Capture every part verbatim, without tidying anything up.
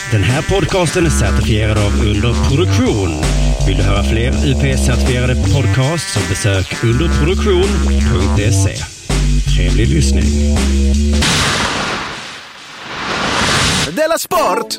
Den här podcasten är certifierad av Underproduktion. Vill du höra fler U P S-certifierade podcasts så besök underproduktion punkt se. Trevlig lyssning. Della Sport!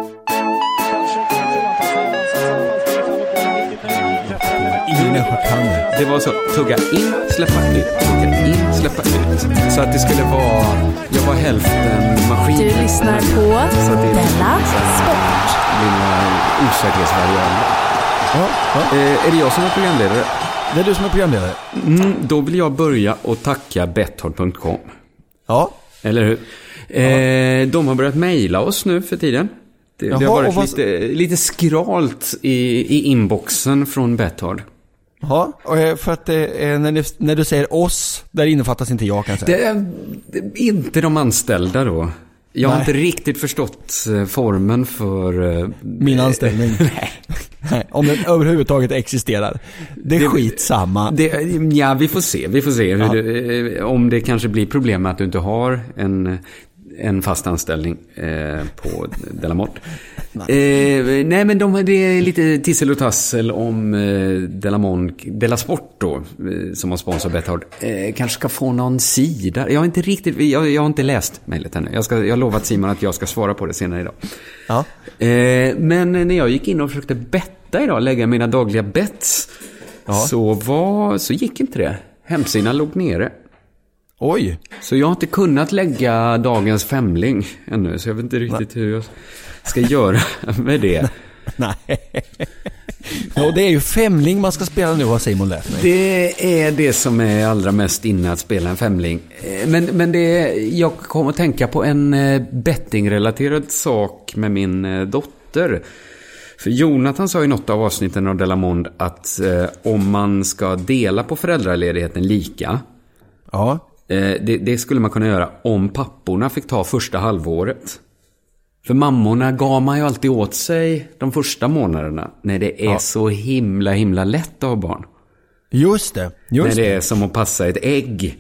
Ingen människa kan det. Det var så, tugga in, släppa ut, tugga in, släppa ut. Så att det skulle vara, jag var hälften maskin. Du lyssnar på Della Sport. Mina osäkerhetsvariabler. Ja, ja. Eh, är det jag som är programledare? Det är du som är programledare. Mm, då vill jag börja och tacka betthard punkt com. Ja. Eller hur? Eh, ja. De har börjat mejla oss nu för tiden. Det, Jaha, det har varit vad... lite, lite skralt i, i inboxen från Betthard. Ja, och för att det är, när, ni, när du säger oss, där innefattas inte jag kan säga. Det är, det är inte de anställda då. Jag har Nej. inte riktigt förstått formen för... Uh, Min anställning. Nej. Nej. Om den överhuvudtaget existerar. Det är det, skitsamma. Det, ja, vi får se. Vi får se hur det, om det kanske blir problem med att du inte har en... en fast anställning eh, på Delamont. Nej. Eh, nej, men de, det är lite tissel och tassel om eh, Delamont, Della Sport då, eh, som har sponsor Betthard. Eh, kanske ska få någon sida. Jag har inte riktigt, jag, jag har inte läst mejlet ännu. Jag, ska, jag har lovat Simon att jag ska svara på det senare idag. Ja. Eh, men när jag gick in och försökte betta idag, lägga mina dagliga bets, ja. så, var, så gick inte det. Hemsidan låg nere. Oj. Så jag har inte kunnat lägga dagens femling ännu. Så jag vet inte riktigt Nej. hur jag ska göra med det. Nej. Ja, det är ju femling man ska spela nu, har Simon lärt mig. Det är det som är allra mest inne att spela en femling. Men, men det är, jag kommer att tänka på en bettingrelaterad sak med min dotter. För Jonathan sa i något av avsnitten av Delamond att eh, om man ska dela på föräldraledigheten lika... Ja. Det, det skulle man kunna göra om papporna fick ta första halvåret. För mammorna gav man ju alltid åt sig de första månaderna när det är ja. så himla himla lätt att ha barn. Just det. Just när det, det är som att passa ett ägg.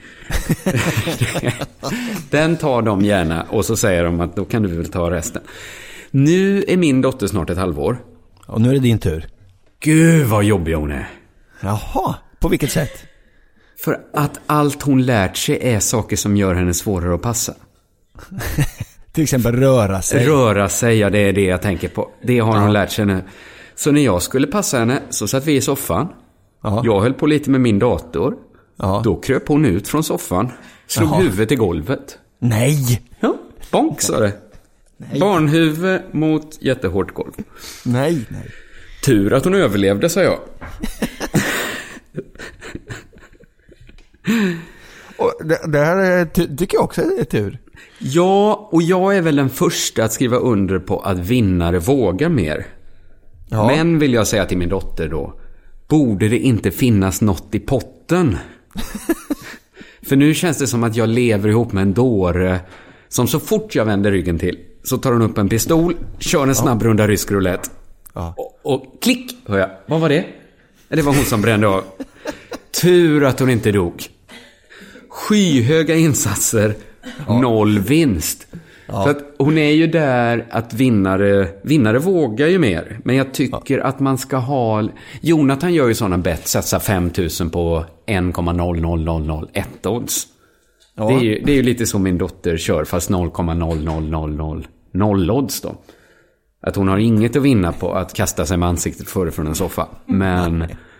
Den tar de gärna och så säger de att då kan du väl ta resten. Nu är min dotter snart ett halvår. Och nu är det din tur. Gud vad jobbig hon är. Jaha, på vilket sätt? För att allt hon lärt sig är saker som gör henne svårare att passa. Till exempel röra sig. Röra sig, ja det är det jag tänker på. Det har ja. hon lärt sig nu. Så när jag skulle passa henne så satt vi i soffan. Ja. Jag höll på lite med min dator. Ja. Då kröp hon ut från soffan. Slog Jaha. huvudet i golvet. Nej! Ja, bonk sa det. Nej. Barnhuvud mot jättehårt golv. Nej, nej. Tur att hon överlevde, sa jag. Och det, det här är, tycker jag också är tur. Ja, och jag är väl den första att skriva under på att vinnare vågar mer. Ja. Men vill jag säga till min dotter då, borde det inte finnas något i potten? För nu känns det som att jag lever ihop med en dåre som så fort jag vänder ryggen till så tar hon upp en pistol, kör en snabb ja. runda rysk roulette. Ja. Och, och klick, hör jag. Vad var det? Det var hon som brände av. Tur att hon inte dog. Skyhöga insatser, ja. noll vinst. Ja. Så att hon är ju där att vinnare, vinnare vågar ju mer. Men jag tycker ja. att man ska ha... Jonathan gör ju sådana bett, satsa fem tusen på en komma noll noll noll noll ett odds. Ja. Det, är ju, det är ju lite som min dotter kör, fast noll komma noll noll noll noll noll odds då. Att hon har inget att vinna på att kasta sig med ansiktet före från en soffa. Men...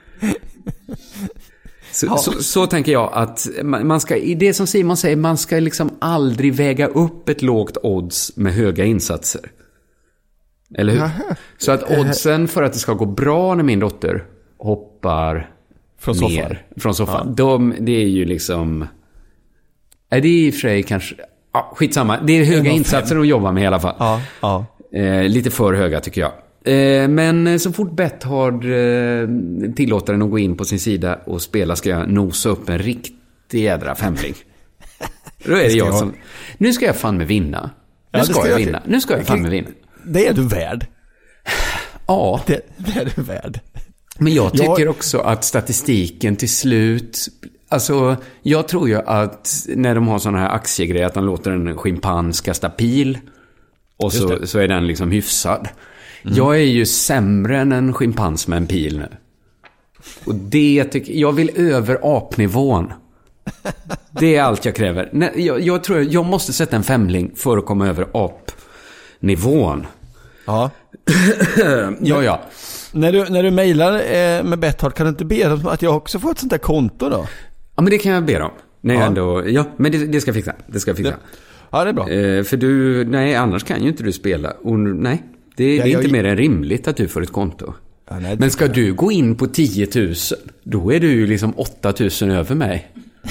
Så, ja. så, så tänker jag att man ska, i det som Simon säger, man ska liksom aldrig väga upp ett lågt odds med höga insatser. Eller hur? Jaha. Så att oddsen för att det ska gå bra när min dotter hoppar från ner soffan. från soffan. Ja. De, det är ju liksom... Är det i och för sig kanske... Ja, skitsamma. Det är höga insatser att jobba med i alla fall. Ja, ja. Eh, lite för höga tycker jag. Men så fort Betthard tillåter den att gå in på sin sida och spela ska jag nosa upp en riktig jädra femling. Då är det jag som... Nu ska jag fan med vinna. Nu ja, ska, ska jag vinna. Nu ska jag fan med vinna. Det är du värd. Ja. Det, det är du värd. Men jag tycker jag... också att statistiken till slut... Alltså, jag tror ju att när de har såna här aktiegrejer att de låter en schimpans kasta pil... Och så, så är den liksom hyfsad. Mm. Jag är ju sämre än en schimpans med en pil nu. Och det tycker jag vill över apnivån. Det är allt jag kräver. Nej, jag, jag tror jag måste sätta en femling för att komma över apnivån. Ja. ja, ja. När du, när du mejlar eh, med Betthard, kan du inte be dem att jag också får ett sånt där konto då? Ja, men det kan jag be dem. Nej, ja. Ändå, ja, men det, det ska fixa. Det ska fixa. Det, ja, det är bra. Eh, för du, nej, annars kan ju inte du spela. Och, nej, det, ja, det är jag, inte mer än rimligt att du får ett konto. Ja, nej, men ska du gå in på tio tusen, då är du ju liksom åtta tusen över mig.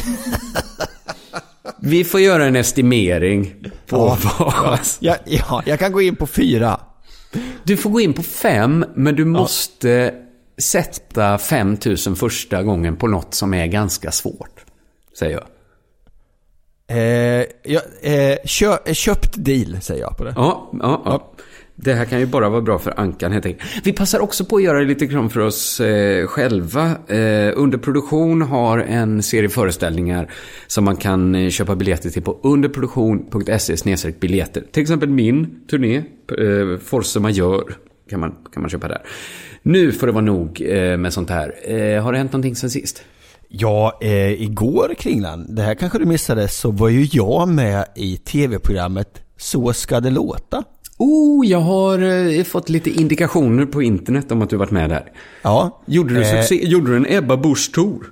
Vi får göra en estimering på ja, vad. Ja, ja, jag kan gå in på fyra. Du får gå in på fem, men du måste ja. sätta fem tusen första gången på något som är ganska svårt, säger jag. Eh, ja, eh, kö, köpt deal, säger jag på det. Ja, ja, ja. Det här kan ju bara vara bra för Ankan, helt enkelt. Vi passar också på att göra lite kram för oss eh, själva. Eh, Underproduktion har en serie föreställningar som man kan eh, köpa biljetter till på underproduktion punkt se slash biljetter. Till exempel min turné, eh, Force Majeure, kan man, kan man köpa där. Nu får det vara nog eh, med sånt här. Eh, har det hänt någonting sen sist? Ja, eh, igår Kringland, det här kanske du missade, så var ju jag med i tv-programmet Så ska det låta. Oh, jag har eh, fått lite indikationer på internet om att du varit med där. Ja. Gjorde du, eh, succé, gjorde du en Ebba Busch-tour?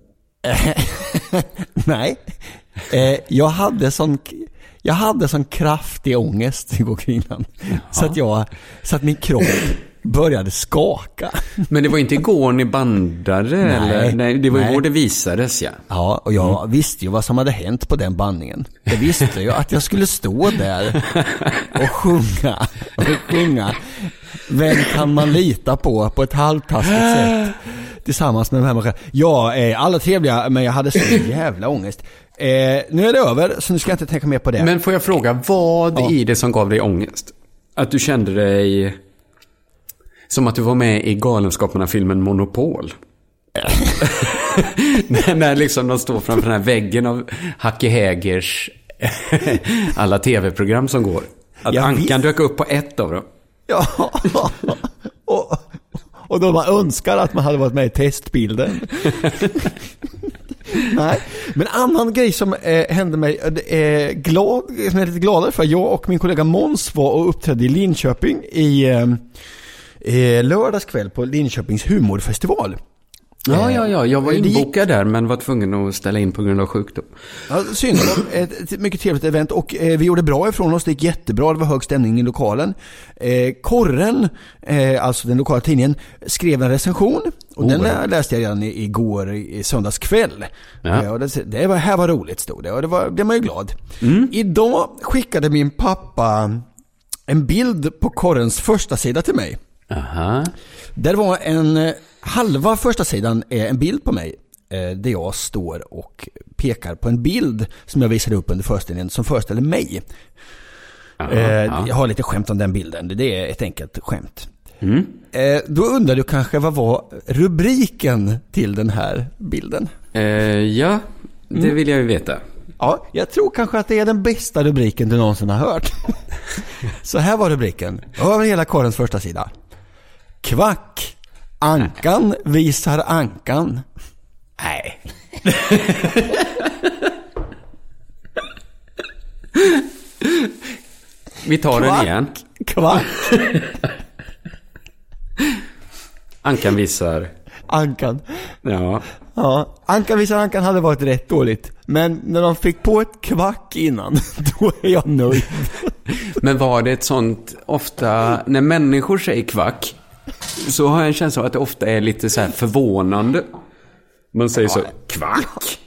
Nej. Eh, jag hade sån jag hade sån kraftig ångest igår Kringland. Så att jag så att min kropp började skaka. Men det var inte igår ni bandade? Nej, eller? Nej, det var nej. igår det visades, ja. Ja, och jag mm. visste ju vad som hade hänt på den bandningen. Jag visste ju att jag skulle stå där och sjunga och sjunga Vem kan man lita på på ett halvtaskigt sätt tillsammans med de här människorna. Ja, eh, alla trevliga, men jag hade så jävla ångest. Eh, nu är det över, så nu ska jag inte tänka mer på det. Men får jag fråga, vad ja. i det som gav dig ångest? Att du kände dig som att du var med i Galenskaparna-filmen Monopol. när, när liksom de står framför den här väggen av Hacke Hägers alla tv-program som går. Att jag Ankan dök upp på ett av dem. Ja, och, och då man önskar att man hade varit med i testbilden. Nej, men annan grej som eh, hände mig eh, glad, som jag är lite gladare för. Jag och min kollega Måns var och uppträdde i Linköping i eh, eh, lördagskväll på Linköpings humorfestival. Ja, ja, ja. Jag var inbokad där men var tvungen att ställa in på grund av sjukdom. Ja, synd. Ett, ett mycket trevligt event och eh, vi gjorde bra ifrån oss. Det gick jättebra. Det var hög stämning i lokalen. Eh, Korren, eh, alltså den lokala tidningen, skrev en recension. Och oh, den där läste jag redan i, igår i söndagskväll. Ja. Eh, och det, det var, här var roligt, stod det. Och det var, blev man ju glad. Mm. Idag skickade min pappa en bild på Korrens första sida till mig. Aha. Där var en halva första sidan är en bild på mig eh, där jag står och pekar på en bild som jag visade upp under föreställningen som föreställer mig. Aha, eh, jag har lite skämt om den bilden. Det är ett enkelt skämt. Mm. Eh, då undrar du kanske vad var rubriken till den här bilden? Eh, ja, det mm. vill jag ju veta. Ja, jag tror kanske att det är den bästa rubriken du någonsin har hört. Så här var rubriken. Över hela Korrens första sida. Kvack. Ankan visar Ankan. Nej. Vi tar Kvack, den igen. Kvack. Ankan visar Ankan. Ja. Ja, Ankan visar Ankan hade varit rätt dåligt. Men när de fick på ett kvack innan, då är jag nöjd. Men var det ett sånt ofta, när människor säger kvack, så har jag en känsla av att det ofta är lite så här förvånande. Man säger så, kvack.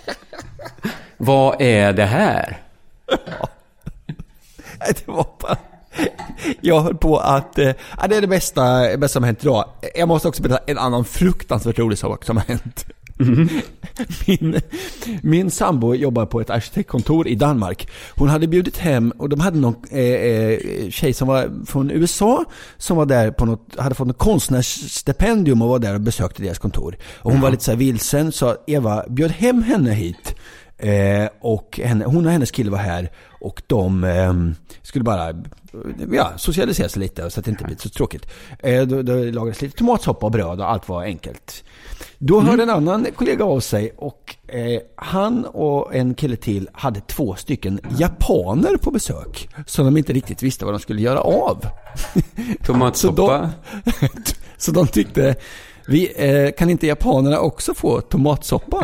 Vad är det här? Ja. Det var bara... Jag höll på att äh, det är det bästa, bästa som har hänt idag. Jag måste också berätta en annan fruktansvärt rolig sak som har hänt. Mm. Min, min sambo jobbar på ett arkitektkontor i Danmark. Hon hade bjudit hem och de hade någon eh, tjej som var från U S A som var där på något, hade fått något konstnärsstipendium och var där och besökte deras kontor. Och hon mm. var lite så här vilsen, så Eva bjöd hem henne hit. Eh, och henne, hon och hennes kille var här och de eh, skulle bara ja, socialiseras lite så att det inte blir så tråkigt. Eh, då, då lagades lite tomatsoppa och bröd och allt var enkelt. Då hörde mm. en annan kollega av sig och eh, han och en kille till hade två stycken japaner på besök som de inte riktigt visste vad de skulle göra av. Tomatsoppa? så, de, så de tyckte, vi, eh, kan inte japanerna också få tomatsoppa?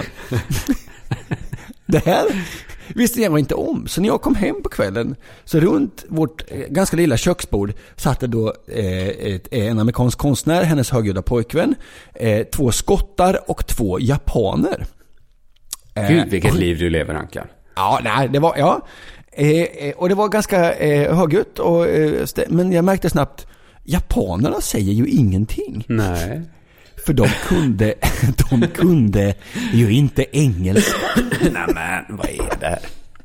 Det här visste jag inte om. Så när jag kom hem på kvällen så runt vårt eh, ganska lilla köksbord satt det då eh, ett, en amerikansk konstnär, hennes högljudda pojkvän, eh, två skottar och två japaner. Eh, Gud, vilket och, liv du lever, Anka. Ja, nej, det var ja. Eh, och det var ganska eh, högljutt och eh, men jag märkte snabbt japanerna säger ju ingenting. Nej. För de kunde, de kunde ju inte engelska. Nej men, vad är det här?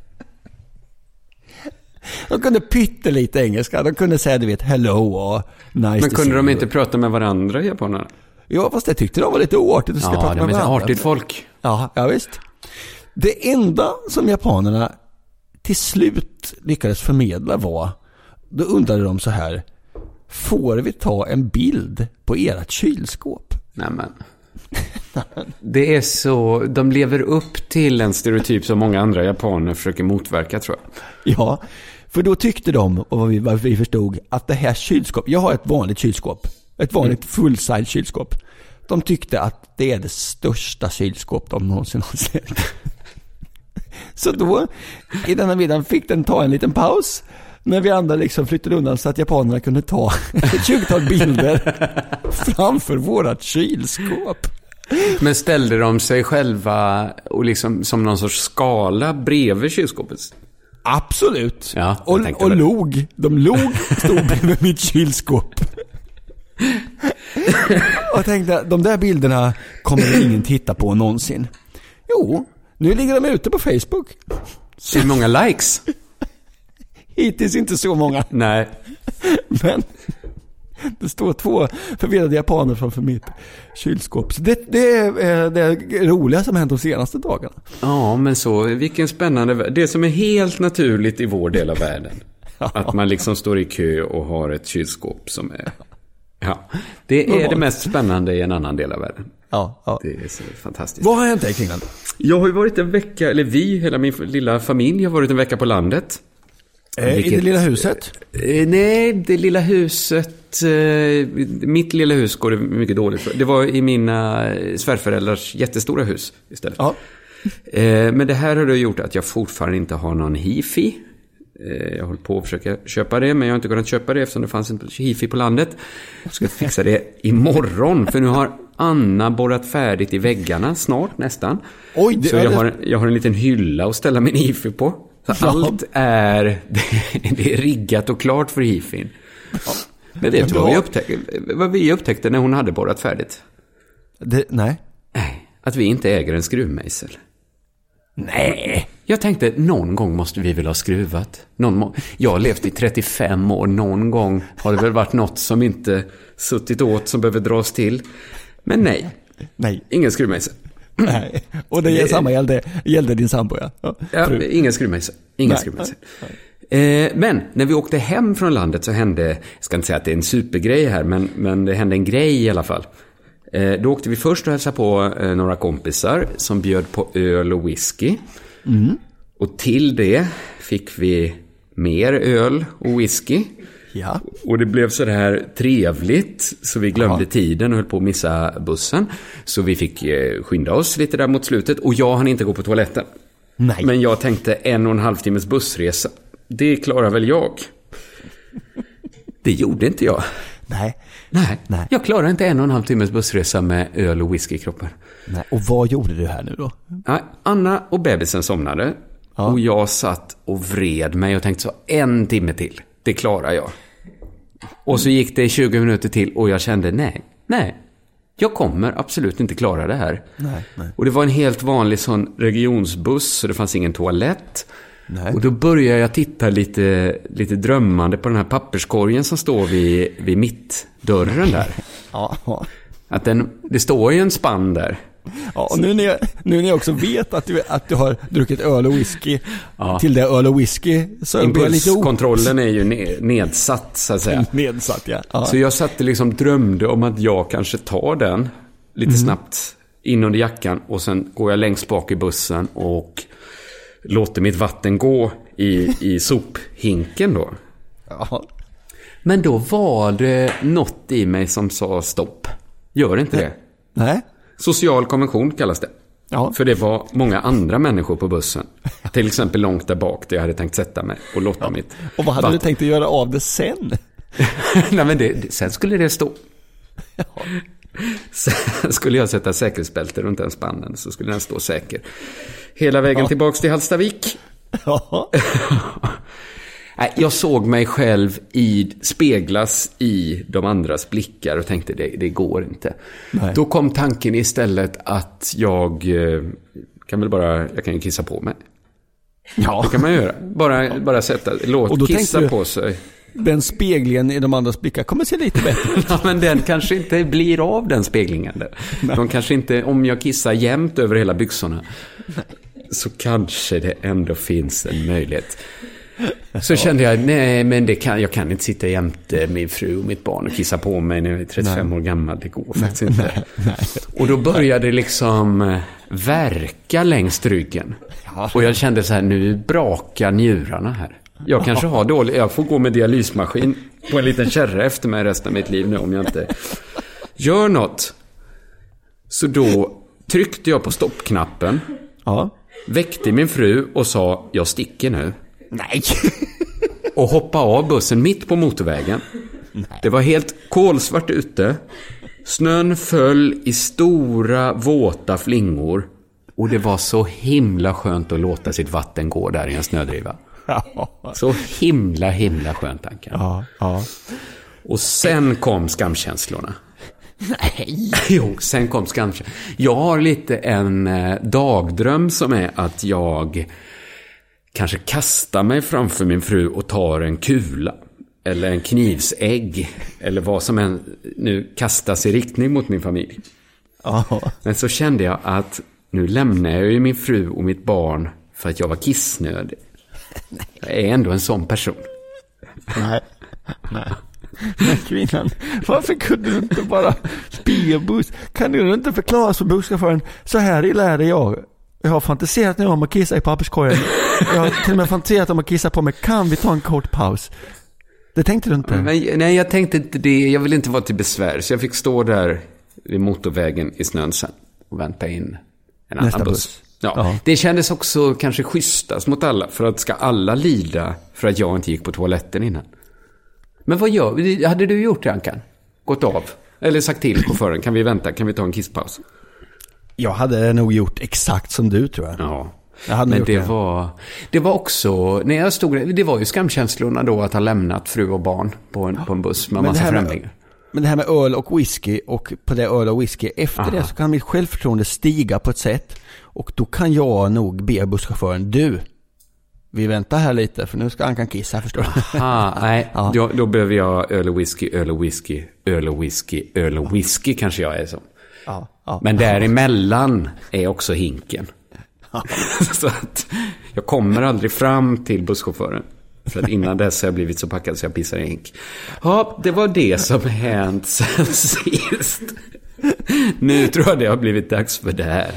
De kunde pytte lite engelska. De kunde säga, du vet, hello och nice. Men kunde de inte prata med varandra, japanerna? Ja, fast det tyckte de var lite oartigt att ska ja, prata med varandra. Ja, artigt folk. Ja, ja, visst. Det enda som japanerna till slut lyckades förmedla var, då undrade de så här, får vi ta en bild på ert kylskåp? Nämen. Det är så, de lever upp till en stereotyp som många andra japaner försöker motverka, tror jag. Ja, för då tyckte de, och vad vi, vad vi förstod, att det här kylskåp, jag har ett vanligt kylskåp, ett vanligt mm. full-size kylskåp. De tyckte att det är det största kylskåp de någonsin har sett. Så då, i denna middagen fick den ta en liten paus. När vi andra liksom flyttade undan så att japanerna kunde ta ett tjugotal bilder framför vårat kylskåp. Men ställde de sig själva och liksom som någon sorts skala bredvid kylskåpet? Absolut. Ja, och och log. De log stod bredvid mitt kylskåp. Och tänkte, de där bilderna kommer ingen titta på någonsin. Jo, nu ligger de ute på Facebook. Så många likes. Hittills inte så många. Nej. Men det står två förvirrade japaner framför mitt kylskåp. Så det, det är det roliga som hänt de senaste dagarna. Ja, men så, vilken spännande. Det som är helt naturligt i vår del av världen. Ja. Att man liksom står i kö och har ett kylskåp som är... Ja, det är det mest spännande i en annan del av världen. Ja, ja. Det är så fantastiskt. Vad har hänt i Kringland? Jag har ju varit en vecka, eller vi, hela min lilla familj har varit en vecka på landet. Eh, Vilket, I det lilla huset? Eh, nej, det lilla huset... Eh, mitt lilla hus går det mycket dåligt för. Det var i mina svärföräldrars jättestora hus istället. Ja. Eh, men det här har då gjort att jag fortfarande inte har någon hifi. Eh, jag håller på att försöka köpa det, men jag har inte kunnat köpa det eftersom det fanns en hifi på landet. Jag ska fixa det imorgon, för nu har Anna borrat färdigt i väggarna snart, nästan. Oj, det Så jag har, jag har en liten hylla att ställa min hifi på. Så ja. Allt är, det, det är riggat och klart för hifin. Ja. Men vet du vad vi, upptäckte, vad vi upptäckte när hon hade borrat färdigt? Det, nej. Nej, att vi inte äger en skruvmejsel. Nej. Jag tänkte, någon gång måste vi väl ha skruvat. Någon må- jag har levt i trettiofem år. Någon gång har det väl varit något som inte suttit åt som behöver dras till. Men nej. Nej. Ingen skruvmejsel. Nej. Och det är samma gällde, gällde din sambo, ja. Ja, ja ingen skruvmejsel. Ingen nej, skruvmejsel. Nej, nej. Eh, men när vi åkte hem från landet så hände, jag ska inte säga att det är en supergrej här, men, men det hände en grej i alla fall. Eh, då åkte vi först och hälsade på eh, några kompisar som bjöd på öl och whisky. Mm. Och till det fick vi mer öl och whisky. Ja. Och det blev så här trevligt så vi glömde Aha. tiden och höll på att missa bussen. Så vi fick eh, skynda oss lite där mot slutet. Och jag hann inte gå på toaletten. Nej. Men jag tänkte en och en halv timmes bussresa. Det klarar väl jag. Det gjorde inte jag. Nej. Nej. Nej. Jag klarar inte en och en halv timmes bussresa med öl och whisky i kroppen. Nej. Och vad gjorde du här nu då? Nej, Anna och bebisen somnade. Ja. Och jag satt och vred mig och tänkte så, en timme till. Det klarar jag. Och så gick det tjugo minuter till och jag kände nej, nej. Jag kommer absolut inte klara det här. Nej, nej. Och det var en helt vanlig sån regionsbuss så det fanns ingen toalett. Nej. Och då började jag titta lite, lite drömmande på den här papperskorgen som står vid, vid mittdörren där. Ja. Att den, det står ju en spann där. Ja, och nu när, jag, nu när jag också vet att du, att du har druckit öl och whisky ja. till det öl och whisky, så blir jag lite impulskontrollen är ju nedsatt, så att säga. Nedsatt, ja. ja. Så jag satt liksom drömde om att jag kanske tar den lite mm. snabbt in under jackan och sen går jag längst bak i bussen och låter mitt vatten gå i, i sophinken då. Ja. Men då var det något i mig som sa stopp. Gör inte det. Nej. Social konvention kallas det. Ja. För det var många andra människor på bussen. Till exempel långt där bak där jag hade tänkt sätta mig och låta ja. mitt Och vad hade vatten. du tänkt att göra av det sen? Nej, men det, sen skulle det stå. Ja. Sen skulle jag sätta säkerhetsbälte runt den spannen, så skulle den stå säker hela vägen ja. tillbaks till Hallstavik. Ja. Jag såg mig själv i, speglas i de andras blickar och tänkte det, det går inte. Nej. Då kom tanken istället att jag kan väl bara, jag kan ju kissa på mig. Ja. Det kan man göra. Bara, ja. bara sätta, låt och då kissa du, på sig. Den speglingen i de andras blickar kommer se lite bättre ut. Ja, men den kanske inte blir av, den speglingen. Nej. De kanske inte, om jag kissar jämnt över hela byxorna, nej. så kanske det ändå finns en möjlighet. Så kände jag, nej men det kan, jag kan inte sitta jämte min fru och mitt barn och kissa på mig när jag är trettiofem nej. år gammal. Det går faktiskt nej, inte. Nej, nej. Och då började det liksom verka längs ryggen. Ja. Och jag kände så här, nu brakar njurarna här. Jag kanske har dålig, jag får gå med dialysmaskin på en liten kärra efter mig resten av mitt liv nu om jag inte gör något. Så då tryckte jag på stoppknappen. Ja. Väckte min fru och sa, jag sticker nu. Nej. Och hoppa av bussen mitt på motorvägen. Nej. Det var helt kolsvart ute. Snön föll i stora våta flingor. Och det var så himla skönt att låta sitt vatten gå där i en snödriva. Ja. Så himla, himla skönt tanken. Ja, ja. Och sen kom skamkänslorna. Nej. Jo, sen kom skamkänslorna. Jag har lite en eh, dagdröm som är att jag kanske kastar mig framför min fru och tar en kula. Eller en knivsägg. Eller vad som än nu kastas i riktning mot min familj. Ja. Men så kände jag att nu lämnar jag ju min fru och mitt barn för att jag var kissnödig. Jag är ändå en sån person. Nej, nej. Men kvinnan, varför kunde du inte bara spia buss? Kan du inte förklara för busschauffören, så här illa är det jag. Jag har fantiserat nu om att kissa i papperskorgen. Jag har till och med fantiserat om att kissa på mig. Kan vi ta en kort paus? Det tänkte du inte? Men, nej, jag tänkte inte det. Jag vill inte vara till besvär. Så jag fick stå där vid motorvägen i snön sen och vänta in en Nästa annan buss. buss. Ja, ja. Det kändes också kanske schysstast mot alla. För att ska alla lida för att jag inte gick på toaletten innan. Men vad gör, hade du gjort det, Ankan? Gått av? Eller sagt till på förrän, kan vi vänta, kan vi ta en kisspaus? Jag hade nog gjort exakt som du, tror jag. Ja, jag hade men gjort det, det var det var också, när jag stod, det var ju skamkänslorna då att ha lämnat fru och barn på en, på en buss med massa främlingar. Men det här med öl och whisky, och på det öl och whisky, efter Aha. det så kan mitt självförtroende stiga på ett sätt. Och då kan jag nog be busschauffören, du, vi väntar här lite, för nu ska Ankan kissa, förstår du? Aha, nej, ja. då, då behöver jag öl och whisky, öl och whisky, öl och whisky, öl och whisky kanske jag är som. Ja, ja, Men däremellan är också hinken. Ja. Så att jag kommer aldrig fram till busschauffören. För att innan dess har jag blivit så packad så jag pissar i hink. Ja, det var det som hänt sen sist. Nu tror jag det har blivit dags för det här.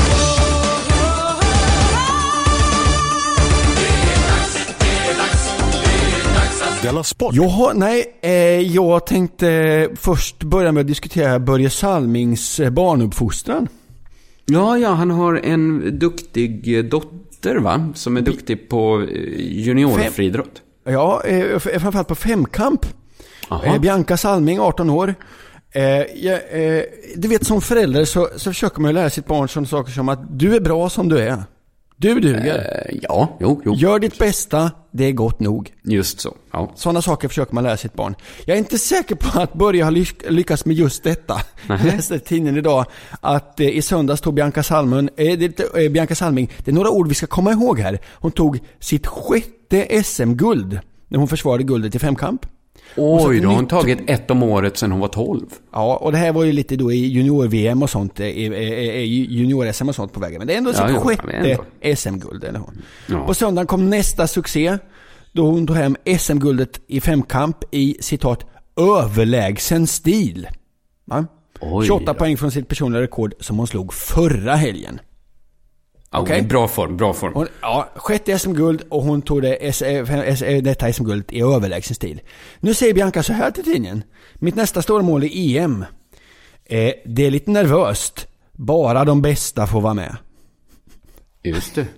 Jaha, nej, eh, jag tänkte först börja med att diskutera Börje Salmings barnuppfostran. Ja, ja, han har en duktig dotter, va? Som är duktig på juniorfridrott. Ja, eh, framförallt på femkamp. Eh, Bianca Salming, arton år. Eh, ja, eh, du vet, som förälder så, så försöker man ju lära sitt barn sådana saker som att du är bra som du är. Du duger. Eh, ja, jo, jo. Gör ditt bästa, det är gott nog. Just så, ja. Sådana saker försöker man lära sitt barn. Jag är inte säker på att Börje har lyck- lyckats med just detta. Jag läste i tidningen idag att eh, i söndags tog Bianca Salming, eh, det, eh, Bianca Salming, det är några ord vi ska komma ihåg här. Hon tog sitt sjätte S M-guld när hon försvarade guldet i femkamp. Oj, då har hon tagit ett om året sedan hon var tolv. Ja, och det här var ju lite då i junior-V M och sånt, junior-S M och sånt på vägen. Men det är ändå ja, sitt jo, sjätte S M-guld, eller hon. Ja. På söndagen kom nästa succé, då hon tog hem S M-guldet i femkamp i, citat, överlägsen stil. Ja? Oj, tjugoåtta ja. poäng från sitt personliga rekord som hon slog förra helgen. Ja, okay. Bra form, bra form. Hon, ja, sjätte S M-guld och hon tog det S, S, detta S M-guld i överlägsen stil. Nu säger Bianca så här till tidningen. Mitt nästa stora mål i E M. Eh, det är lite nervöst. Bara de bästa får vara med. Just det.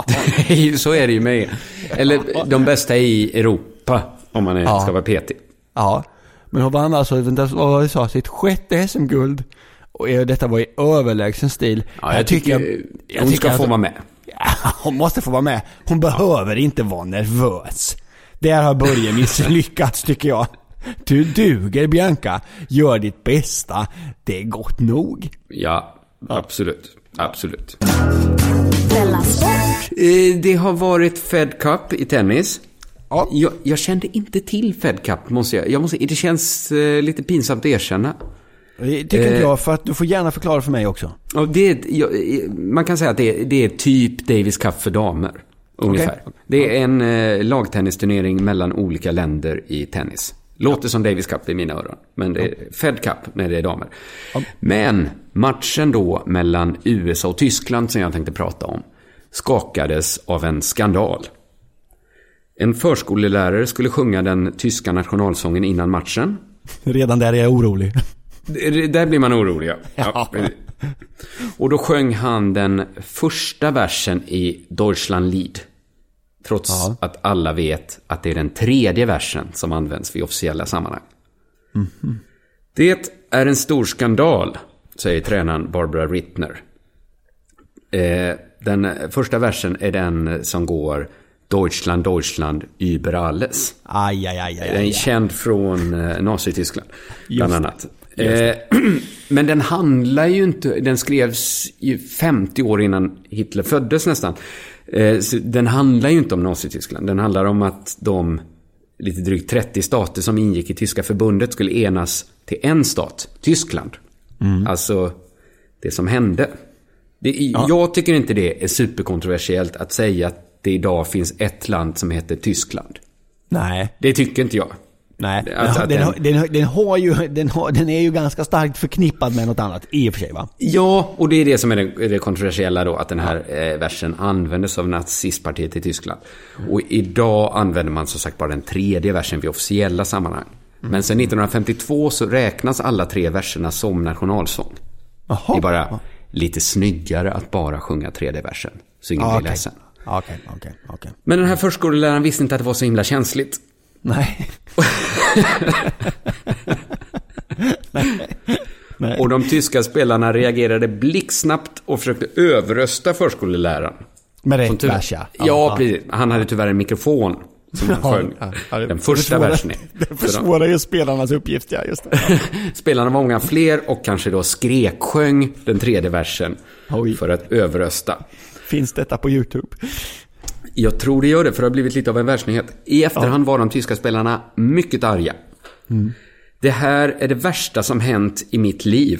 Så är det ju med. Eller de bästa i Europa, om man är, ja. ska vara petig. Ja, men hon vann alltså, vad jag sa, sitt sjätte S M-guld. Och detta var i överlägsen stil. Ja, jag, jag tycker, tycker jag, hon ska jag, få vara med. Ja, hon måste få vara med. Hon behöver inte vara nervös. Där har Börje misslyckats, tycker jag. Du duger, Bianca. Gör ditt bästa. Det är gott nog. Ja, absolut. Absolut. Della Sport. Det har varit Fed Cup i tennis. Ja. Jag, jag kände inte till Fed Cup, måste jag. jag måste, det känns uh, lite pinsamt att erkänna. Det tycker inte jag, för att du får gärna förklara för mig också. Och det är, jag, man kan säga att det är, det är typ Davis Cup för damer, ungefär. Okay. Det är en eh, lagtennisturnering mellan olika länder i tennis. Låter ja. som Davis Cup i mina öron, men det är Fed Cup när det är damer. Ja. Men matchen då mellan U S A och Tyskland, som jag tänkte prata om, skakades av en skandal. En förskolelärare skulle sjunga den tyska nationalsången innan matchen. Redan där är jag orolig. Där blir man orolig, ja. Ja. Och då sjöng han den första versen i Deutschlandlied. Trots ja. att alla vet att det är den tredje versen som används vid officiella sammanhang. Mm-hmm. Det är en stor skandal, säger tränaren Barbara Rittner. Eh, den första versen är den som går Deutschland, Deutschland, über alles. Aj, aj, aj, aj, aj. Den är känd från eh, Nazityskland, bland annat. Eh, men den handlar ju inte, den skrevs ju femtio år innan Hitler föddes nästan. Eh, så den handlar ju inte om Nazityskland. Den handlar om att de lite drygt trettio stater som ingick i Tyska förbundet skulle enas till en stat, Tyskland. Mm. Alltså det som hände. Det, ja. Jag tycker inte det är superkontroversiellt att säga att det idag finns ett land som heter Tyskland. Nej. Det tycker inte jag. Nej, alltså, den, den, den, den, har ju, den, har, den är ju ganska starkt förknippad med något annat i och för sig, va? Ja, och det är det som är det, det kontroversiella då, att den här eh, versen användes av nazistpartiet i Tyskland. Mm. Och idag använder man som sagt bara den tredje versen vid officiella sammanhang. Mm. Men sen nittonhundrafemtiotvå så räknas alla tre verserna som nationalsång. Aha. Det är bara Aha. lite snyggare att bara sjunga tredje versen, så ingen ah, blir okay. ledsen. Okay, okay, okay. Men den här förskoleläraren visste inte att det var så himla känsligt. Nej. Nej. Nej. Och de tyska spelarna reagerade blixtsnabbt och försökte överrösta förskoleläraren. Med rätt vers, ja. Ja, precis. Han hade tyvärr en mikrofon som han sjöng. Ja, ja, den första versen. Det försvårar ju spelarnas uppgift, ja, just det. Spelarna var många fler och kanske då skreksjöng den tredje versen. Oj. För att överrösta. Finns detta på YouTube? Jag tror det gör det, för det har blivit lite av en världsnyhet. I efterhand var de tyska spelarna mycket arga. Mm. Det här är det värsta som hänt i mitt liv.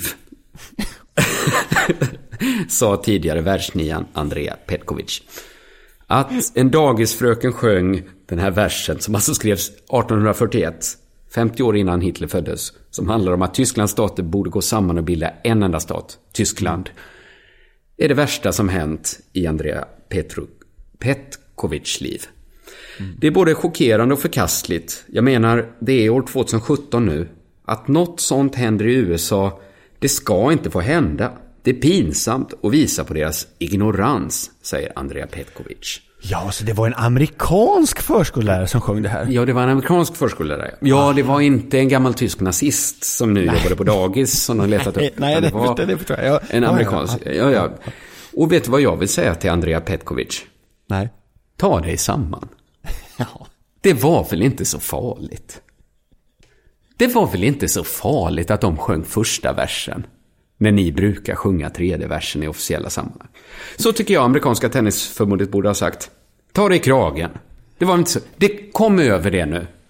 Sa tidigare världsnian Andrea Petkovic. Att en dagisfröken sjöng den här versen, som alltså skrevs arton fyrtioett, femtio år innan Hitler föddes, som handlar om att Tysklands stater borde gå samman och bilda en enda stat, Tyskland, är det värsta som hänt i Andrea Petru, Petkovics liv. Mm. Det är både chockerande och förkastligt. Jag menar, det är år tjugohundrasjutton nu. Att något sånt händer i U S A, det ska inte få hända. Det är pinsamt och visar på deras ignorans, säger Andrea Petkovic. Ja, så det var en amerikansk förskollärare som sjöng det här. Ja, det var en amerikansk förskollärare. Ja, det var inte en gammal tysk nazist som nu Nej. jobbade på dagis som de letat upp. Nej, det, det var det, det förstår jag. En amerikansk. Ja, ja. ja. Och vet du vad jag vill säga till Andrea Petkovic? Nej. Ta dig samman. Ja. Det var väl inte så farligt. Det var väl inte så farligt att de sjöng första versen när ni brukar sjunga tredje versen i officiella sammanhang. Så tycker jag amerikanska tennisförbundet borde ha sagt. Ta dig i kragen. Det var inte så. Det kom över det nu.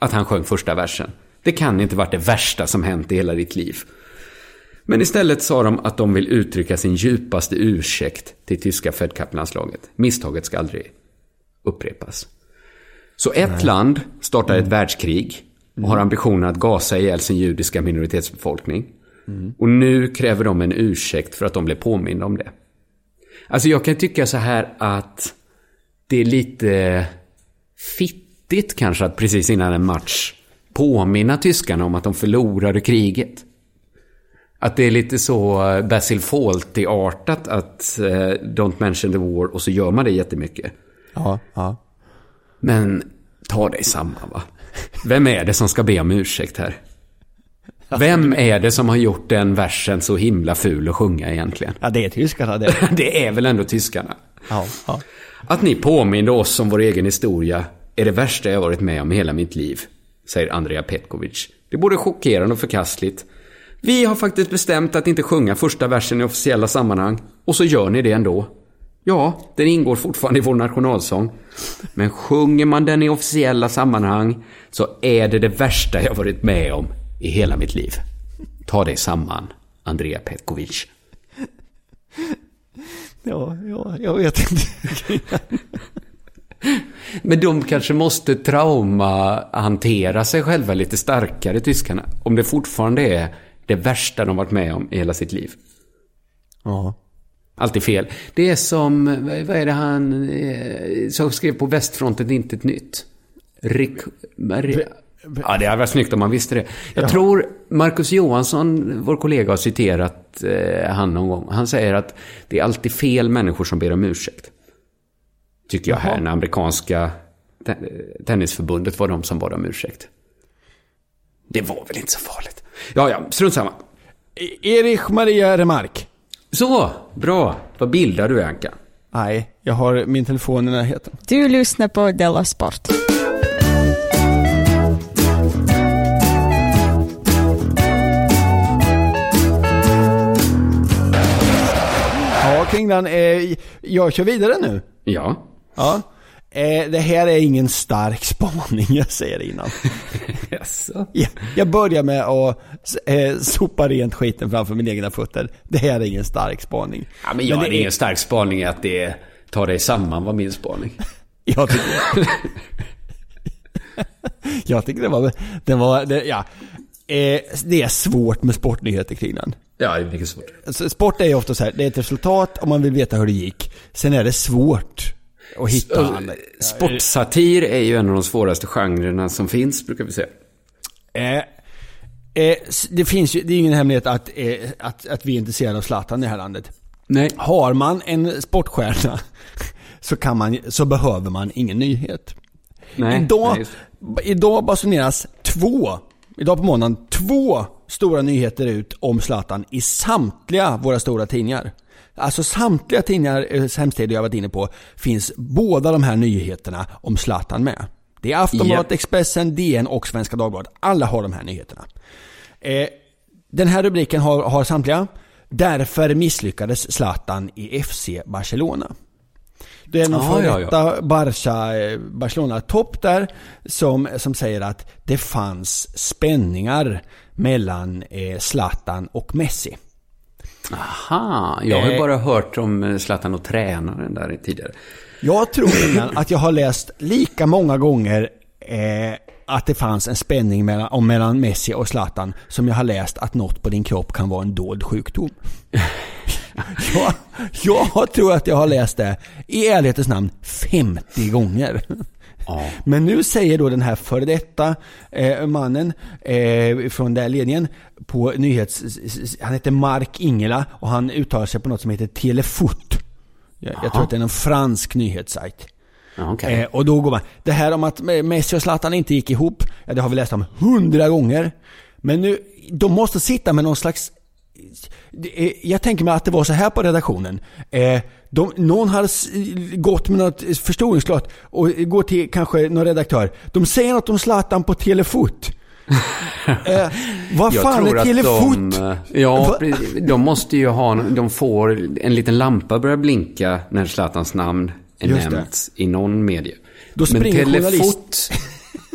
att han sjöng första versen. Det kan inte varit det värsta som hänt i hela ditt liv. Men istället sa de att de vill uttrycka sin djupaste ursäkt till tyska Fed Cup-landslaget. Misstaget ska aldrig upprepas. Så ett Nej. land startar mm. ett världskrig och mm. har ambitionen att gasa ihjäl sin judiska minoritetsbefolkning. Mm. Och nu kräver de en ursäkt för att de blev påminna om det. Alltså jag kan tycka så här att det är lite fittigt kanske att precis innan en match påminna tyskarna om att de förlorade kriget. Att det är lite så Basil Fawlty-artat att uh, don't mention the war och så gör man det jättemycket. Ja, ja. Men ta dig samman, va? Vem är det som ska be om ursäkt här? Vem är det som har gjort den versen så himla ful att sjunga egentligen? Ja, det är tyskarna det. Det är väl ändå tyskarna. Ja, ja. Att ni påminner oss om vår egen historia är det värsta jag varit med om i hela mitt liv, säger Andrea Petkovic. Det är både chockerande och förkastligt. Vi har faktiskt bestämt att inte sjunga första versen i officiella sammanhang, och så gör ni det ändå. Ja, den ingår fortfarande i vår nationalsång. Men sjunger man den i officiella sammanhang så är det det värsta jag varit med om i hela mitt liv. Ta dig samman, Andrea Petkovic. Ja, ja, jag vet inte. Men de kanske måste trauma hantera sig själva lite starkare, tyskarna. Om det fortfarande är det värsta de varit med om i hela sitt liv. Ja. Alltid fel. Det är som, vad är det han eh, som skrev på västfronten, inte ett nytt. Rick, Maria. Ja, det hade varit snyggt om man visste det. Jag ja. tror Marcus Johansson, vår kollega, har citerat eh, han någon gång. Han säger att det är alltid fel människor som ber om ursäkt. Tycker jag. Jaha. Här, när amerikanska ten- tennisförbundet var de som bad om ursäkt. Det var väl inte så farligt. Ja, ja, strunt samma. Erich Maria Remark. Så, bra. Vad bildar du, Anka? Nej, jag har min telefon i närheten. Du lyssnar på Della Sport. Ja, Kringlan, eh, jag kör vidare nu. Ja. Ja. Eh, det här är ingen stark spaning, jag säger det innan. Yes. jag, jag börjar med att eh, sopa rent skiten framför min egna fötter. Det här är ingen stark spaning. Ja, men jag men är det ingen är... stark spaning att det tar dig samman var min spaning. jag tycker jag tycker det var, det var det, ja. Eh, det är svårt med sportnyheter, Kringlan. Ja, det är mycket svårt. Alltså, sport är ju ofta så här, det är ett resultat om man vill veta hur det gick. Sen är det svårt att hitta. Sportsatir är ju en av de svåraste genrerna som finns, brukar vi säga. Eh, eh, det finns ju, det är ingen hemlighet att, eh, att, att vi är intresserade av Zlatan i det här landet. Nej. Har man en sportstjärna så, kan man, så behöver man ingen nyhet. Nej, idag, nej, idag basuneras två, idag på måndagen, två stora nyheter ut om Zlatan i samtliga våra stora tidningar. Alltså samtliga tidningar, hemsidor jag varit inne på, finns båda de här nyheterna om Zlatan med. Det är Aftonbladet, yep. Expressen, D N och Svenska Dagbladet. Alla har de här nyheterna. Eh, den här rubriken har, har samtliga. Därför misslyckades Zlatan i F C Barcelona. Det är någon ah, före detta ja, ja. Barca, Barcelona-topp där som, som säger att det fanns spänningar mellan eh, Zlatan och Messi. Aha, jag har ju bara hört om Zlatan och tränaren där tidigare. Jag tror innan att jag har läst lika många gånger eh, att det fanns en spänning mellan, om mellan Messi och Zlatan som jag har läst att något på din kropp kan vara en dold sjukdom. jag, jag tror att jag har läst det i ärlighetens namn femtio gånger. Ja. Men nu säger då den här före detta eh, mannen eh, från den ledningen på nyhets, han heter Mark Ingela och han uttalar sig på något som heter Telefoot. Jag, jag tror att det är en fransk nyhetssajt. Okay. Eh, och då går man, det här om att Messi och Zlatan inte gick ihop, ja, det har vi läst om hundra gånger. Men nu, de måste sitta med någon slags, jag tänker mig att det var så här på redaktionen. Eh, de, någon har gått med något förstoringsglas och går till kanske någon redaktör. De säger något om Zlatan på Telefoot. eh, vad jag fan är Telefoot? De, ja, de måste ju ha, de får en liten lampa börja blinka när Zlatans namn är nämnt i någon media. Då springer Men Telefoot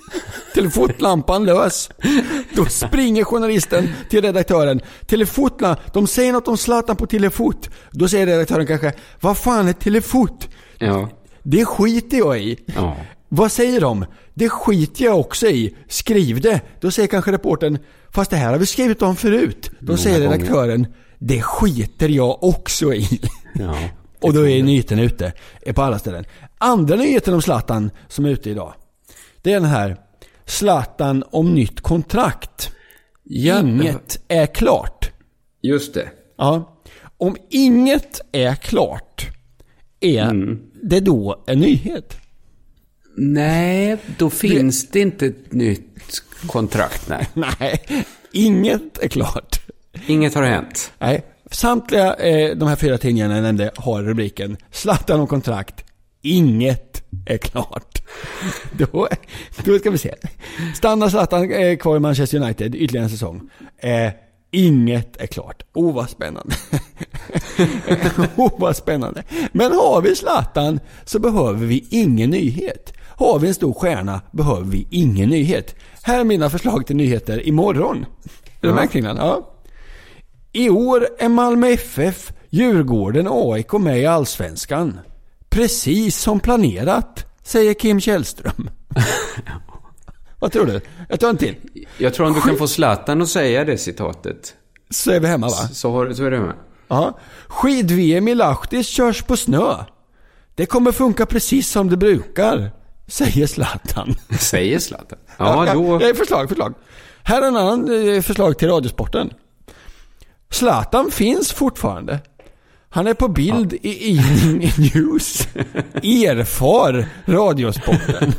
Telefotlampan lös. Då springer journalisten till redaktören. Telefotla, de säger något om Zlatan på telefot. Då säger redaktören kanske, vad fan är telefot? Ja. Det skiter jag i. Ja. Vad säger de? Det skiter jag också i. Skriv det. Då säger kanske reportern, fast det här har vi skrivit om förut. Då Många säger redaktören, gånger. det skiter jag också i. Ja. Och då är nyheten ute på alla ställen. Andra nyheten om Zlatan som är ute idag, det är den här Zlatan om nytt kontrakt. Ja. Inget är klart. Just det. Ja. Om inget är klart, är Mm. det då en nyhet? Nej, då finns det, det inte ett nytt kontrakt. Nej. Nej, inget är klart. Inget har hänt. Nej, samtliga eh, de här fyra tidningarna jag nämnde har rubriken Zlatan om kontrakt. Inget är klart. Då, då ska vi se. Stannar Zlatan eh, kvar i Manchester United ytterligare en säsong. Eh, inget är klart. Oh, vad spännande. oh, vad spännande. Men har vi Zlatan så behöver vi ingen nyhet. Har vi en stor stjärna behöver vi ingen nyhet. Här är mina förslag till nyheter imorgon. Är du med kring den? Ja. I år är Malmö F F, Djurgården och A I K med i Allsvenskan. Precis som planerat, säger Kim Källström. Vad tror du? Jag tar en till. Jag tror att du kan få Zlatan att säga det citatet. Så är vi hemma, va? Så, har, så är det med. Ja. Skid-V M i Lahtis körs på snö. Det kommer funka precis som det brukar, säger Zlatan. Säger Zlatan? Ja, då... Ja, förslag, förslag. Här är en annan eh, förslag till Radiosporten. Zlatan finns fortfarande. Han är på bild ja. i Evening News. Erfar Radiosporten.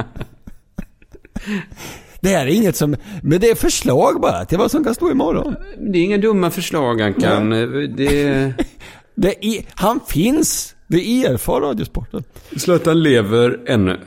Det här är inget som... Men det är förslag bara till vad som kan stå imorgon. Det är inga dumma förslag han kan... Det... det är, han finns. Det erfar Radiosporten. Zlatan lever ännu.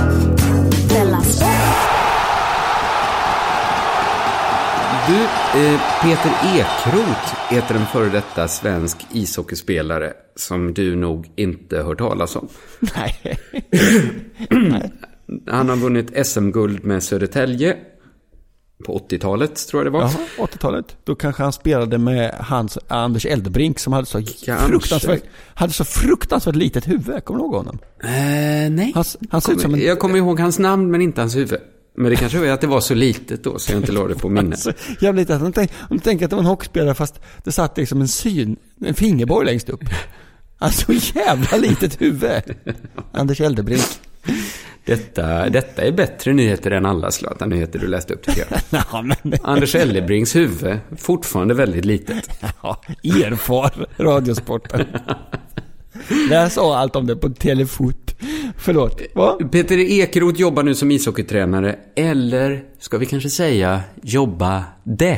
Du, eh, Peter Ekeroth heter en före detta svensk ishockeyspelare som du nog inte hört talas om. Nej. Nej. Han har vunnit S M-guld med Södertälje på åttiotalet, tror jag det var. Jaha, åttiotalet. Då kanske han spelade med hans Anders Eldebrink som hade så fruktansvärt, hade så fruktansvärt litet huvud. Kommer du ihåg honom? Eh, nej. Han, han ser ut som en... Jag kommer ihåg hans namn men inte hans huvud. Men det kanske är att det var så litet då så jag inte lade det på minnet. Alltså, jävligt att om du tänker att det var en hockeyspelare fast det satt liksom en syn, en fingerborg längst upp. Alltså jävla litet huvud. Anders Eldebrink. Detta, detta är bättre nyheter än alla Zlatan-nyheter du läste upp tycker jag. Ja, men... Anders Eldebrings huvud, fortfarande väldigt litet. Ja, erfar Radiosporten. Där sa allt om det på telefot. Förlåt. Va? Peter Ekeroth jobbar nu som ishockeytränare. Eller ska vi kanske säga jobba det.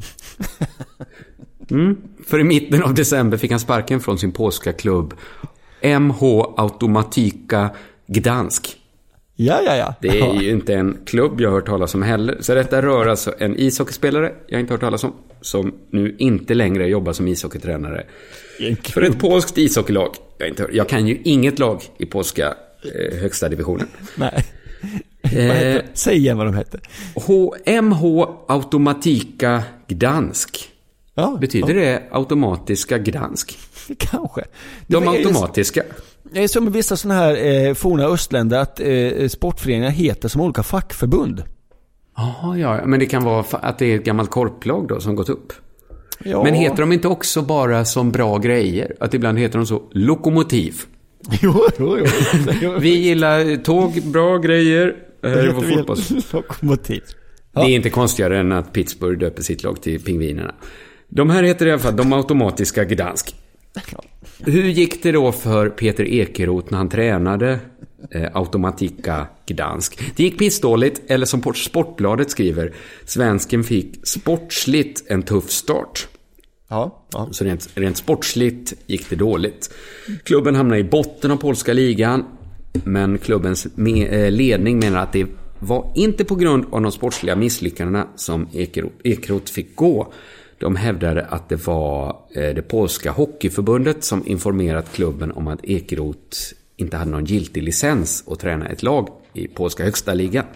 Mm. För i mitten av december fick han sparken från sin polska klubb M H Automatika Gdansk. Ja, ja, ja. Det är ju inte en klubb jag har hört talas om heller. Så detta rör alltså en ishockeyspelare jag inte hört talas om. Som nu inte längre jobbar som ishockeytränare. För ett polskt ishockeylag. Jag, inte hört. jag kan ju inget lag i polska eh, högsta divisionen. Nej. Eh, Säg igen vad de heter. H- M H Automatika Gdansk. Ja, Betyder ja. det automatiska Gdansk? Kanske. De automatiska. Det är som i vissa sådana här eh, forna östländer att eh, sportföreningar heter som olika fackförbund. Aha, ja, men det kan vara att det är ett gammalt korplag då som gått upp. Ja. Men heter de inte också bara som bra grejer? Att ibland heter de så lokomotiv. Jo, jo, jo. Vi gillar tåg, bra grejer. Det här är vår fotbolls. Lokomotiv. Ja. Det är inte konstigare än att Pittsburgh döper sitt lag till pingvinerna. De här heter i alla fall de automatiska Gdansk. Hur gick det då för Peter Ekeroth när han tränade eh, Automatika Gdansk? Det gick pissdåligt, eller som Sportbladet skriver, svensken fick sportsligt en tuff start. Ja, ja. Så rent, rent sportsligt gick det dåligt. Klubben hamnade i botten av polska ligan, men klubbens me- ledning menar att det var inte på grund av de sportsliga misslyckandena som Ekeroth, Ekeroth fick gå. De hävdade att det var det polska hockeyförbundet som informerat klubben om att Ekeroth inte hade någon giltig licens att träna ett lag i polska högsta ligan.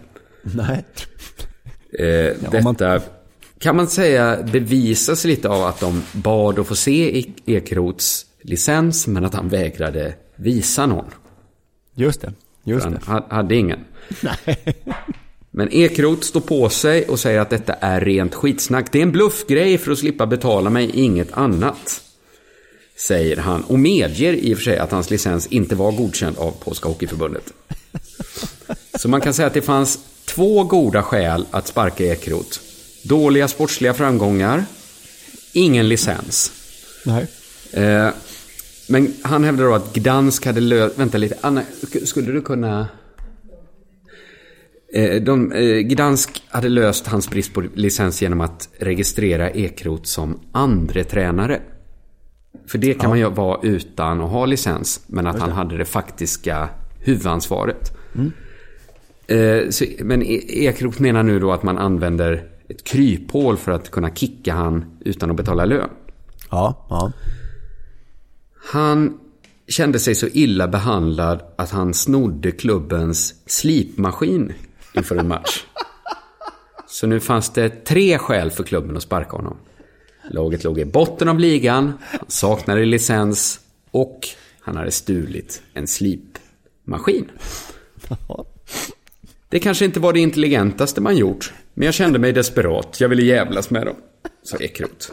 Nej. Eh, Ja, detta man... kan man säga bevisas lite av att de bad att få se Ekeroths licens, men att han vägrade visa någon. Just det, just det. Han hade ingen. Nej. Men Ekeroth står på sig och säger att detta är rent skitsnack. Det är en bluffgrej för att slippa betala mig, inget annat, säger han. Och medger i och för sig att hans licens inte var godkänd av Polska Hockeyförbundet. Så man kan säga att det fanns två goda skäl att sparka Ekeroth. Dåliga sportsliga framgångar, ingen licens. Nej. Eh, men han hävdar då att Gdansk hade löst... Vänta lite, Anna, skulle du kunna... Eh, de, eh, Gdansk hade löst hans brist på licens genom att registrera Ekeroth som andre tränare. För det kan ja. man ju vara utan att ha licens, men att han hade det faktiska huvudansvaret. Mm. Eh, så, men Ekeroth menar nu då att man använder ett kryphål för att kunna kicka han utan att betala lön. Ja, ja. Han kände sig så illa behandlad att han snodde klubbens slipmaskin inför en match. Så nu fanns det tre skäl för klubben att sparka honom. Laget låg i botten av ligan, han saknade licens och han hade stulit en slipmaskin. Det kanske inte var det intelligentaste man gjort, men jag kände mig desperat. Jag ville jävlas med dem, sa Ekeroth.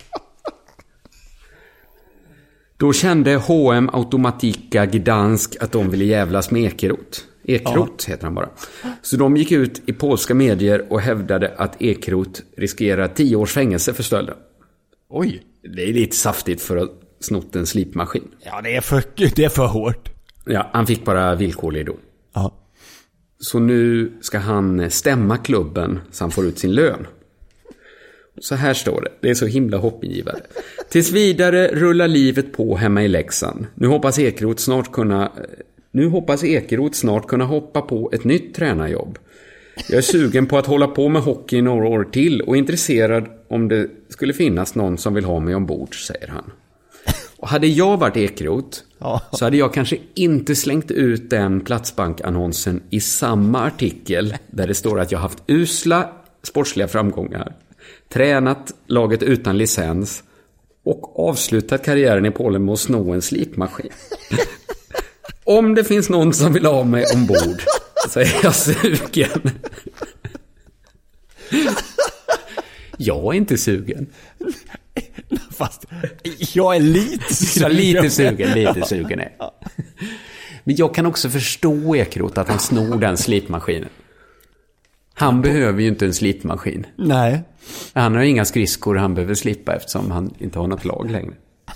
Då kände H M Automatika Gdansk att de ville jävlas med Ekeroth. Ekeroth ja. heter han bara. Så de gick ut i polska medier och hävdade att Ekeroth riskerar tio års fängelse för stölden. Oj. Det är lite saftigt för att snott en slipmaskin. Ja, det är för, det är för hårt. Ja, han fick bara villkorlig då. Ja. Så nu ska han stämma klubben så han får ut sin lön. Så här står det. Det är så himla hoppingivande. Tills vidare rullar livet på hemma i Leksand. Nu hoppas Ekeroth snart kunna Nu hoppas Ekeroth snart kunna hoppa på ett nytt tränarjobb. Jag är sugen på att hålla på med hockey i några år till och intresserad om det skulle finnas någon som vill ha mig ombord, säger han. Och hade jag varit Ekeroth ja. så hade jag kanske inte slängt ut den Platsbank-annonsen i samma artikel där det står att jag haft usla sportsliga framgångar, tränat laget utan licens och avslutat karriären i Polen med att sno en slipmaskin. Om det finns någon som vill ha mig ombord så är jag sugen. Jag är inte sugen. Fast jag är lite sugen. lite sugen, lite sugen är. Men jag kan också förstå Ekeroth att han snor den slipmaskinen. Han behöver ju inte en slipmaskin. Nej. Han har inga skridskor han behöver slippa eftersom han inte har något lag längre.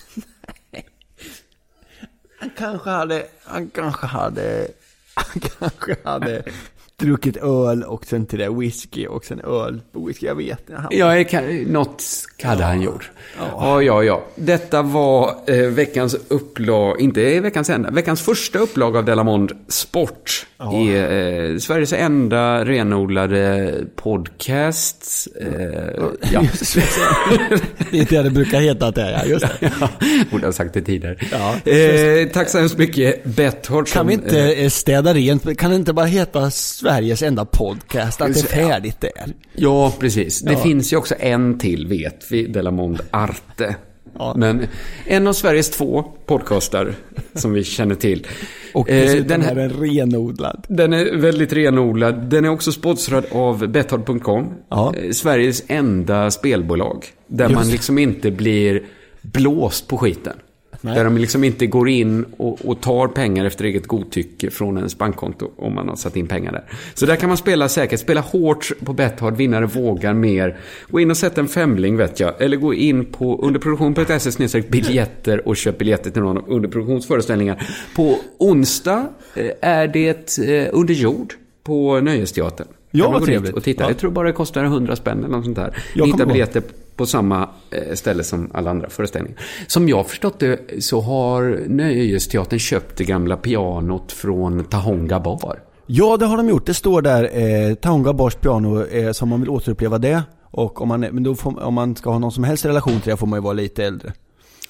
Han kanske hade, han kanske hade, han kanske hade druckit öl och sen till det whisky och sen öl på whisky, jag vet inte. Ja, kan, något hade ja. han gjort. Ja. ja, ja, ja. Detta var eh, veckans upplag, inte veckans enda, veckans första upplag av Delamond Sport. Ja. I eh, Sveriges enda renodlade podcast. Eh, ja. Det är inte det det brukar heta att det är, just det. Ja, borde ha sagt det tidigare. Ja. Eh, tack så hemskt mycket, Betthard. Kan vi inte eh, städa rent? Kan det inte bara heta Sveriges enda podcast, att det är färdigt där? Ja, precis. Det ja. finns ju också en till, vet vi, Delamond Arte. Ja. Men en av Sveriges två podcastar som vi känner till. Och eh, den här är renodlad. Den är väldigt renodlad. Den är också sponsrad av Betthard punkt com. Ja. Eh, Sveriges enda spelbolag. Där Just. man liksom inte blir blåst på skiten. Nej. Där de liksom inte går in och, och tar pengar efter eget godtycke från ens bankkonto om man har satt in pengar där. Så där kan man spela säkert, spela hårt på Betthard, vinnare vågar mer. Gå in och sätta en femling, vet jag. Eller gå in på underproduktion punkt se snedstreck biljetter och köp biljetter till någon av underproduktionsföreställningar. På onsdag är det under jord på Nöjesteatern. Ja, vad trevligt. Och titta, ja. Jag tror bara det kostar hundra spänn eller något sånt där. Jag hittar biljetter på samma ställe som alla andra föreställningar. Som jag förstått det så har Nöjesteatern köpt det gamla pianot från Tahonga Bar. Ja, det har de gjort. Det står där eh, Tahonga Bars piano eh, som man vill återuppleva det. Och om man, men då får, om man ska ha någon som helst relation till det får man ju vara lite äldre.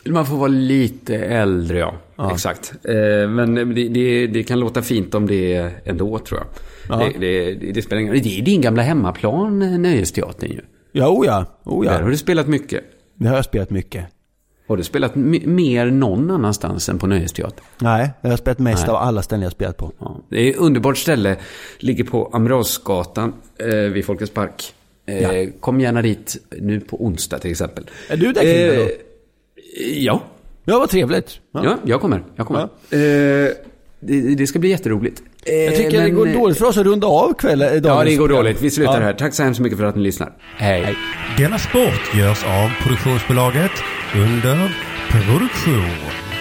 Man får vara lite äldre, ja. ja. Exakt. Eh, men det, det, det kan låta fint om det är ändå, tror jag. Ja. Det, det, det, det spelar ingen roll. Det är din gamla hemmaplan, Nöjesteatern ju. Ja, oh ja. Oh ja. Där har du spelat mycket. Det har jag spelat mycket. Har du spelat m- mer någon annanstans än på Nöjesteatern? Nej, jag har spelat mest Nej. av alla ställen jag har spelat på. Ja. Det är ett underbart ställe. Ligger på Amiralsgatan eh, vid Folkets park. Eh, ja. Kom gärna dit nu på onsdag till exempel. Är du där kring eh, då? Ja. Ja, vad trevligt. Ja, ja jag kommer. Jag kommer. Ja. Eh, det, det ska bli jätteroligt. Eh, jag tycker men, det går dåligt för oss att runda av kvällen. Ja, det går dåligt. Vi slutar ja. här. Tack så hemskt mycket för att ni lyssnar. Hej. Hej. Denna sport görs av produktionsbolaget Under Produktion.